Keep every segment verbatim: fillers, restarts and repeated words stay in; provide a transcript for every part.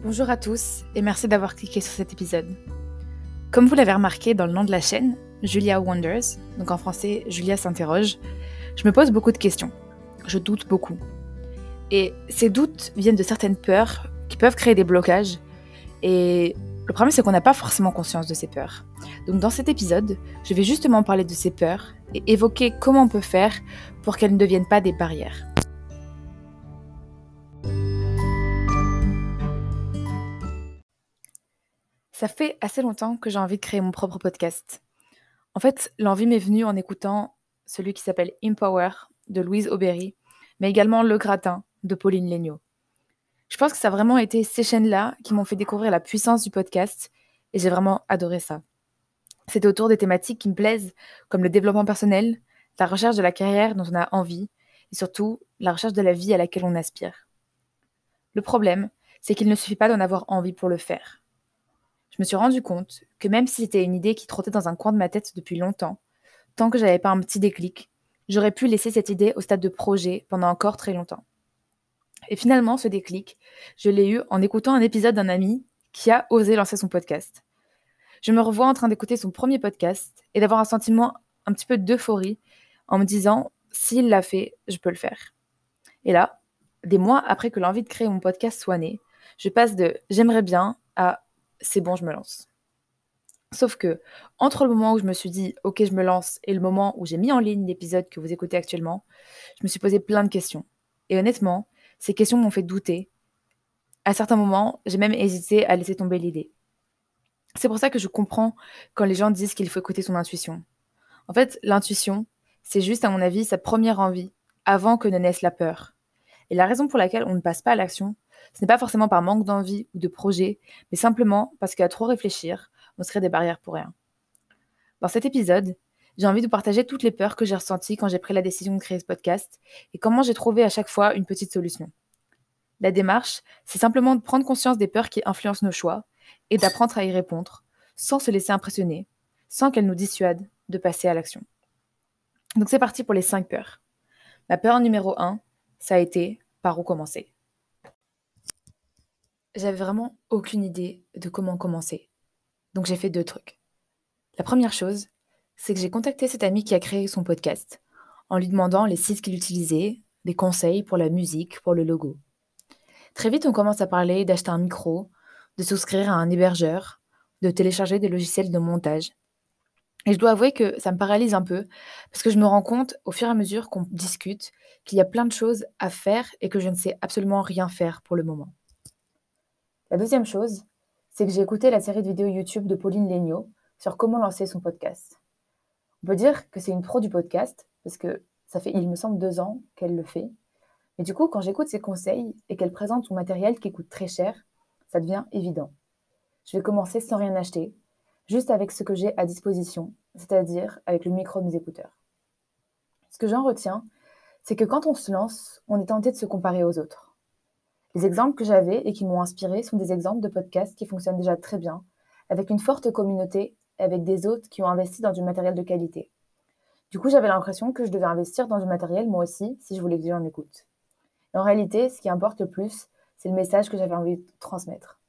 Bonjour à tous et merci d'avoir cliqué sur cet épisode. Comme vous l'avez remarqué dans le nom de la chaîne, Julia Wonders, donc en français Julia s'interroge, je me pose beaucoup de questions. Je doute beaucoup. Et ces doutes viennent de certaines peurs qui peuvent créer des blocages. Et le problème, c'est qu'on n'a pas forcément conscience de ces peurs. Donc dans cet épisode, je vais justement parler de ces peurs et évoquer comment on peut faire pour qu'elles ne deviennent pas des barrières. Ça fait assez longtemps que j'ai envie de créer mon propre podcast. En fait, l'envie m'est venue en écoutant celui qui s'appelle Empower de Louise Aubéry, mais également Le Gratin de Pauline Léniaud. Je pense que ça a vraiment été ces chaînes-là qui m'ont fait découvrir la puissance du podcast et j'ai vraiment adoré ça. C'était autour des thématiques qui me plaisent, comme le développement personnel, la recherche de la carrière dont on a envie et surtout la recherche de la vie à laquelle on aspire. Le problème, c'est qu'il ne suffit pas d'en avoir envie pour le faire. Je me suis rendu compte que même si c'était une idée qui trottait dans un coin de ma tête depuis longtemps, tant que j'avais pas un petit déclic, j'aurais pu laisser cette idée au stade de projet pendant encore très longtemps. Et finalement, ce déclic, je l'ai eu en écoutant un épisode d'un ami qui a osé lancer son podcast. Je me revois en train d'écouter son premier podcast et d'avoir un sentiment un petit peu d'euphorie en me disant « s'il l'a fait, je peux le faire ». Et là, des mois après que l'envie de créer mon podcast soit née, je passe de « j'aimerais bien » à « c'est bon, je me lance ». Sauf que, entre le moment où je me suis dit « ok, je me lance » et le moment où j'ai mis en ligne l'épisode que vous écoutez actuellement, je me suis posé plein de questions. Et honnêtement, ces questions m'ont fait douter. À certains moments, j'ai même hésité à laisser tomber l'idée. C'est pour ça que je comprends quand les gens disent qu'il faut écouter son intuition. En fait, l'intuition, c'est juste, à mon avis, sa première envie, avant que ne naisse la peur. Et la raison pour laquelle on ne passe pas à l'action, ce n'est pas forcément par manque d'envie ou de projet, mais simplement parce qu'à trop réfléchir, on se crée des barrières pour rien. Dans cet épisode, j'ai envie de partager toutes les peurs que j'ai ressenties quand j'ai pris la décision de créer ce podcast et comment j'ai trouvé à chaque fois une petite solution. La démarche, c'est simplement de prendre conscience des peurs qui influencent nos choix et d'apprendre à y répondre sans se laisser impressionner, sans qu'elles nous dissuadent de passer à l'action. Donc c'est parti pour les cinq peurs. Ma peur numéro un, ça a été par où commencer. J'avais vraiment aucune idée de comment commencer. Donc j'ai fait deux trucs. La première chose, c'est que j'ai contacté cet ami qui a créé son podcast, en lui demandant les sites qu'il utilisait, des conseils pour la musique, pour le logo. Très vite, on commence à parler d'acheter un micro, de souscrire à un hébergeur, de télécharger des logiciels de montage. Et je dois avouer que ça me paralyse un peu, parce que je me rends compte, au fur et à mesure qu'on discute, qu'il y a plein de choses à faire et que je ne sais absolument rien faire pour le moment. La deuxième chose, c'est que j'ai écouté la série de vidéos YouTube de Pauline Léniaud sur comment lancer son podcast. On peut dire que c'est une pro du podcast, parce que ça fait, il me semble, deux ans qu'elle le fait. Mais du coup, quand j'écoute ses conseils et qu'elle présente son matériel qui coûte très cher, ça devient évident. Je vais commencer sans rien acheter, juste avec ce que j'ai à disposition, c'est-à-dire avec le micro de mes écouteurs. Ce que j'en retiens, c'est que quand on se lance, on est tenté de se comparer aux autres. Les exemples que j'avais et qui m'ont inspiré sont des exemples de podcasts qui fonctionnent déjà très bien, avec une forte communauté et avec des hôtes qui ont investi dans du matériel de qualité. Du coup, j'avais l'impression que je devais investir dans du matériel moi aussi si je voulais que les gens m'écoutent. Et en réalité, ce qui importe le plus, c'est le message que j'avais envie de transmettre.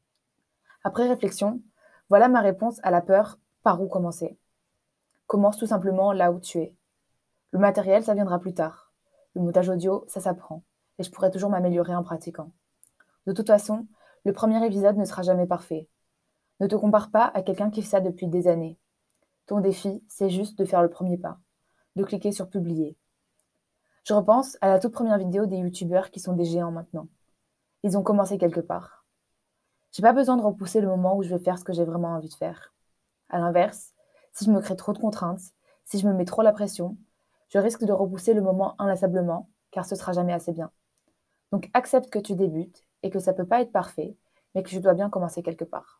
Après réflexion, voilà ma réponse à la peur « par où commencer ?» Commence tout simplement là où tu es. Le matériel, ça viendra plus tard. Le montage audio, ça s'apprend. Et je pourrai toujours m'améliorer en pratiquant. De toute façon, le premier épisode ne sera jamais parfait. Ne te compare pas à quelqu'un qui fait ça depuis des années. Ton défi, c'est juste de faire le premier pas, de cliquer sur publier. Je repense à la toute première vidéo des youtubeurs qui sont des géants maintenant. Ils ont commencé quelque part. J'ai pas besoin de repousser le moment où je vais faire ce que j'ai vraiment envie de faire. À l'inverse, si je me crée trop de contraintes, si je me mets trop la pression, je risque de repousser le moment inlassablement, car ce sera jamais assez bien. Donc accepte que tu débutes et que ça peut pas être parfait, mais que tu dois bien commencer quelque part.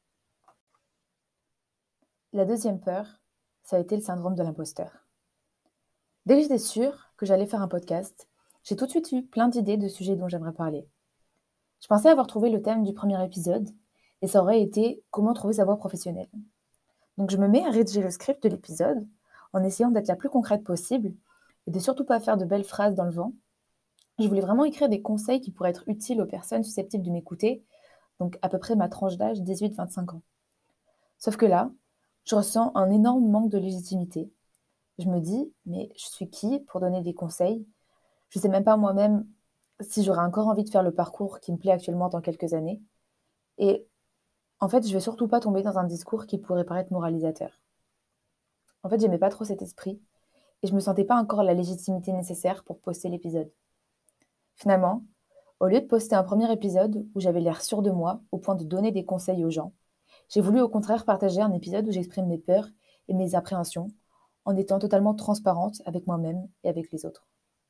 La deuxième peur, ça a été le syndrome de l'imposteur. Dès que j'étais sûre que j'allais faire un podcast, j'ai tout de suite eu plein d'idées de sujets dont j'aimerais parler. Je pensais avoir trouvé le thème du premier épisode, et ça aurait été « Comment trouver sa voix professionnelle ». Donc je me mets à rédiger le script de l'épisode, en essayant d'être la plus concrète possible, et de surtout pas faire de belles phrases dans le vent. Je voulais vraiment écrire des conseils qui pourraient être utiles aux personnes susceptibles de m'écouter, donc à peu près ma tranche d'âge, dix-huit à vingt-cinq ans. Sauf que là, je ressens un énorme manque de légitimité. Je me dis: «Mais je suis qui pour donner des conseils?» Je sais même pas moi-même si j'aurais encore envie de faire le parcours qui me plaît actuellement dans quelques années et en fait, je vais surtout pas tomber dans un discours qui pourrait paraître moralisateur. En fait, j'aimais pas trop cet esprit et je me sentais pas encore la légitimité nécessaire pour poster l'épisode. Finalement, au lieu de poster un premier épisode où j'avais l'air sûre de moi au point de donner des conseils aux gens, j'ai voulu au contraire partager un épisode où j'exprime mes peurs et mes appréhensions en étant totalement transparente avec moi-même et avec les autres.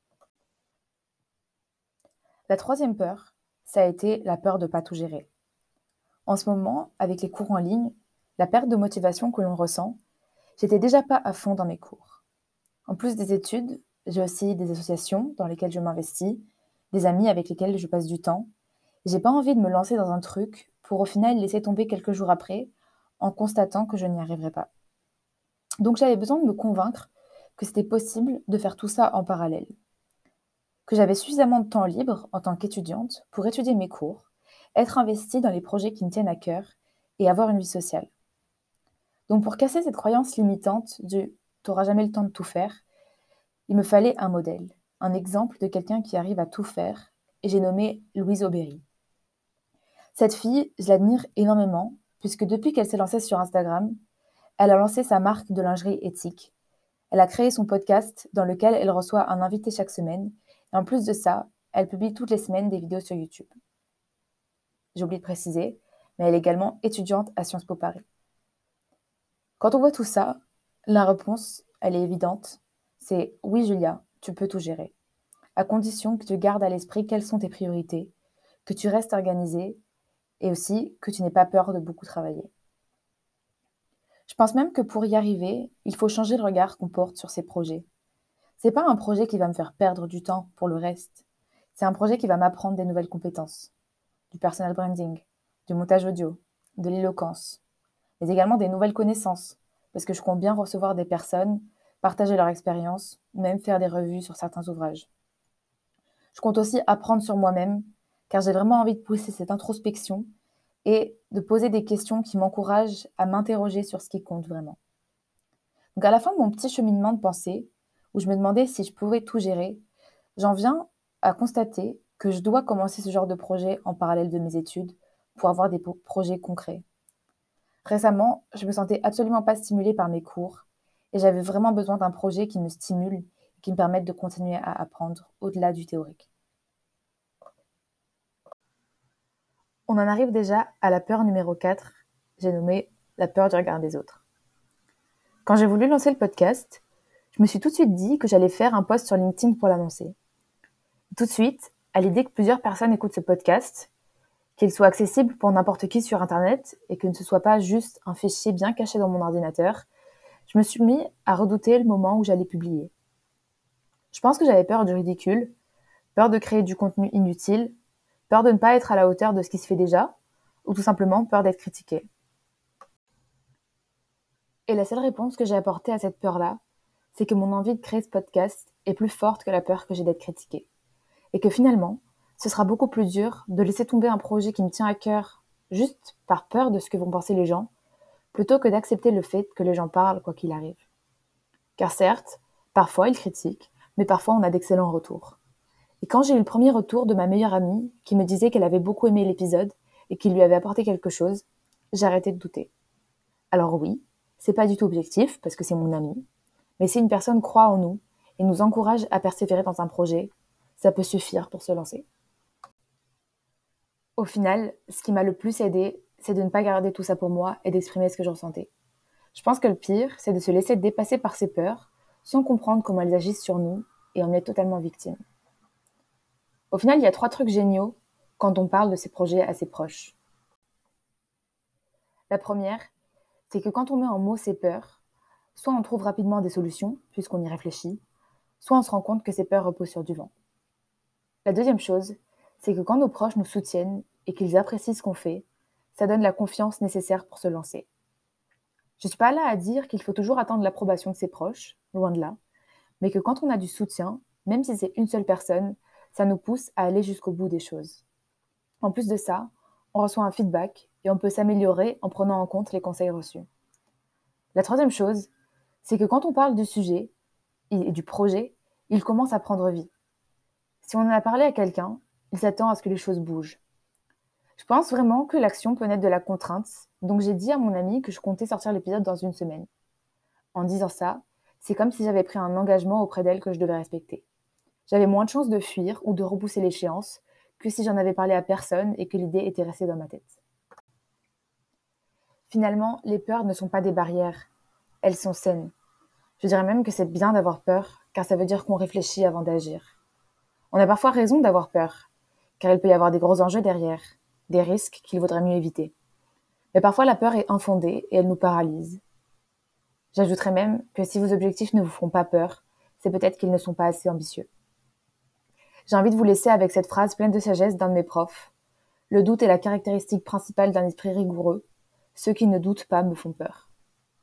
La troisième peur, ça a été la peur de pas tout gérer. En ce moment, avec les cours en ligne, la perte de motivation que l'on ressent, j'étais déjà pas à fond dans mes cours. En plus des études, j'ai aussi des associations dans lesquelles je m'investis, des amis avec lesquels je passe du temps. J'ai pas envie de me lancer dans un truc pour au final laisser tomber quelques jours après en constatant que je n'y arriverai pas. Donc j'avais besoin de me convaincre que c'était possible de faire tout ça en parallèle, que j'avais suffisamment de temps libre en tant qu'étudiante pour étudier mes cours, être investie dans les projets qui me tiennent à cœur et avoir une vie sociale. Donc pour casser cette croyance limitante du «t'auras jamais le temps de tout faire», il me fallait un modèle, un exemple de quelqu'un qui arrive à tout faire, et j'ai nommé Louise Aubéry. Cette fille, je l'admire énormément, puisque depuis qu'elle s'est lancée sur Instagram, elle a lancé sa marque de lingerie éthique. Elle a créé son podcast dans lequel elle reçoit un invité chaque semaine, et en plus de ça, elle publie toutes les semaines des vidéos sur YouTube. J'ai oublié de préciser, mais elle est également étudiante à Sciences Po Paris. Quand on voit tout ça, la réponse, elle est évidente, c'est oui Julia, tu peux tout gérer, à condition que tu gardes à l'esprit quelles sont tes priorités, que tu restes organisée et aussi que tu n'aies pas peur de beaucoup travailler. Je pense même que pour y arriver, il faut changer le regard qu'on porte sur ces projets. C'est pas un projet qui va me faire perdre du temps pour le reste. C'est un projet qui va m'apprendre des nouvelles compétences, du personal branding, du montage audio, de l'éloquence, mais également des nouvelles connaissances, parce que je compte bien recevoir des personnes, partager leur expérience, même faire des revues sur certains ouvrages. Je compte aussi apprendre sur moi-même, car j'ai vraiment envie de pousser cette introspection et de poser des questions qui m'encouragent à m'interroger sur ce qui compte vraiment. Donc à la fin de mon petit cheminement de pensée, où je me demandais si je pouvais tout gérer, j'en viens à constater que je dois commencer ce genre de projet en parallèle de mes études pour avoir des projets concrets. Récemment, je me sentais absolument pas stimulée par mes cours et j'avais vraiment besoin d'un projet qui me stimule et qui me permette de continuer à apprendre au-delà du théorique. On en arrive déjà à la peur numéro quatre, j'ai nommé la peur du regard des autres. Quand j'ai voulu lancer le podcast, je me suis tout de suite dit que j'allais faire un post sur LinkedIn pour l'annoncer. Tout de suite, à l'idée que plusieurs personnes écoutent ce podcast, qu'il soit accessible pour n'importe qui sur Internet et que ce ne soit pas juste un fichier bien caché dans mon ordinateur, je me suis mis à redouter le moment où j'allais publier. Je pense que j'avais peur du ridicule, peur de créer du contenu inutile, peur de ne pas être à la hauteur de ce qui se fait déjà, ou tout simplement peur d'être critiquée. Et la seule réponse que j'ai apportée à cette peur-là, c'est que mon envie de créer ce podcast est plus forte que la peur que j'ai d'être critiquée. Et que finalement, ce sera beaucoup plus dur de laisser tomber un projet qui me tient à cœur juste par peur de ce que vont penser les gens, plutôt que d'accepter le fait que les gens parlent quoi qu'il arrive. Car certes, parfois ils critiquent, mais parfois on a d'excellents retours. Et quand j'ai eu le premier retour de ma meilleure amie, qui me disait qu'elle avait beaucoup aimé l'épisode et qu'il lui avait apporté quelque chose, j'ai arrêté de douter. Alors oui, c'est pas du tout objectif, parce que c'est mon amie, mais si une personne croit en nous et nous encourage à persévérer dans un projet, ça peut suffire pour se lancer. Au final, ce qui m'a le plus aidé, c'est de ne pas garder tout ça pour moi et d'exprimer ce que je ressentais. Je pense que le pire, c'est de se laisser dépasser par ses peurs, sans comprendre comment elles agissent sur nous, et en être totalement victime. Au final, il y a trois trucs géniaux quand on parle de ces projets à ses proches. La première, c'est que quand on met en mots ses peurs, soit on trouve rapidement des solutions, puisqu'on y réfléchit, soit on se rend compte que ces peurs reposent sur du vent. La deuxième chose, c'est que quand nos proches nous soutiennent et qu'ils apprécient ce qu'on fait, ça donne la confiance nécessaire pour se lancer. Je ne suis pas là à dire qu'il faut toujours attendre l'approbation de ses proches, loin de là, mais que quand on a du soutien, même si c'est une seule personne, ça nous pousse à aller jusqu'au bout des choses. En plus de ça, on reçoit un feedback et on peut s'améliorer en prenant en compte les conseils reçus. La troisième chose, c'est que quand on parle du sujet et du projet, il commence à prendre vie. Si on en a parlé à quelqu'un, il s'attend à ce que les choses bougent. Je pense vraiment que l'action peut naître de la contrainte, donc j'ai dit à mon ami que je comptais sortir l'épisode dans une semaine. En disant ça, c'est comme si j'avais pris un engagement auprès d'elle que je devais respecter. J'avais moins de chances de fuir ou de repousser l'échéance que si j'en avais parlé à personne et que l'idée était restée dans ma tête. Finalement, les peurs ne sont pas des barrières, elles sont saines. Je dirais même que c'est bien d'avoir peur, car ça veut dire qu'on réfléchit avant d'agir. On a parfois raison d'avoir peur, car il peut y avoir des gros enjeux derrière, des risques qu'il vaudrait mieux éviter. Mais parfois la peur est infondée et elle nous paralyse. J'ajouterais même que si vos objectifs ne vous font pas peur, c'est peut-être qu'ils ne sont pas assez ambitieux. J'ai envie de vous laisser avec cette phrase pleine de sagesse d'un de mes profs. Le doute est la caractéristique principale d'un esprit rigoureux. Ceux qui ne doutent pas me font peur.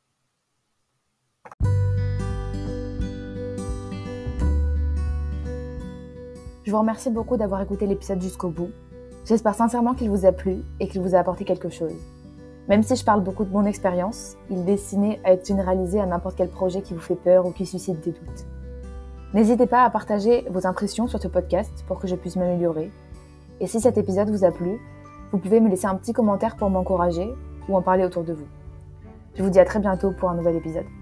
Je vous remercie beaucoup d'avoir écouté l'épisode jusqu'au bout. J'espère sincèrement qu'il vous a plu et qu'il vous a apporté quelque chose. Même si je parle beaucoup de mon expérience, il est destiné à être généralisé à n'importe quel projet qui vous fait peur ou qui suscite des doutes. N'hésitez pas à partager vos impressions sur ce podcast pour que je puisse m'améliorer. Et si cet épisode vous a plu, vous pouvez me laisser un petit commentaire pour m'encourager ou en parler autour de vous. Je vous dis à très bientôt pour un nouvel épisode.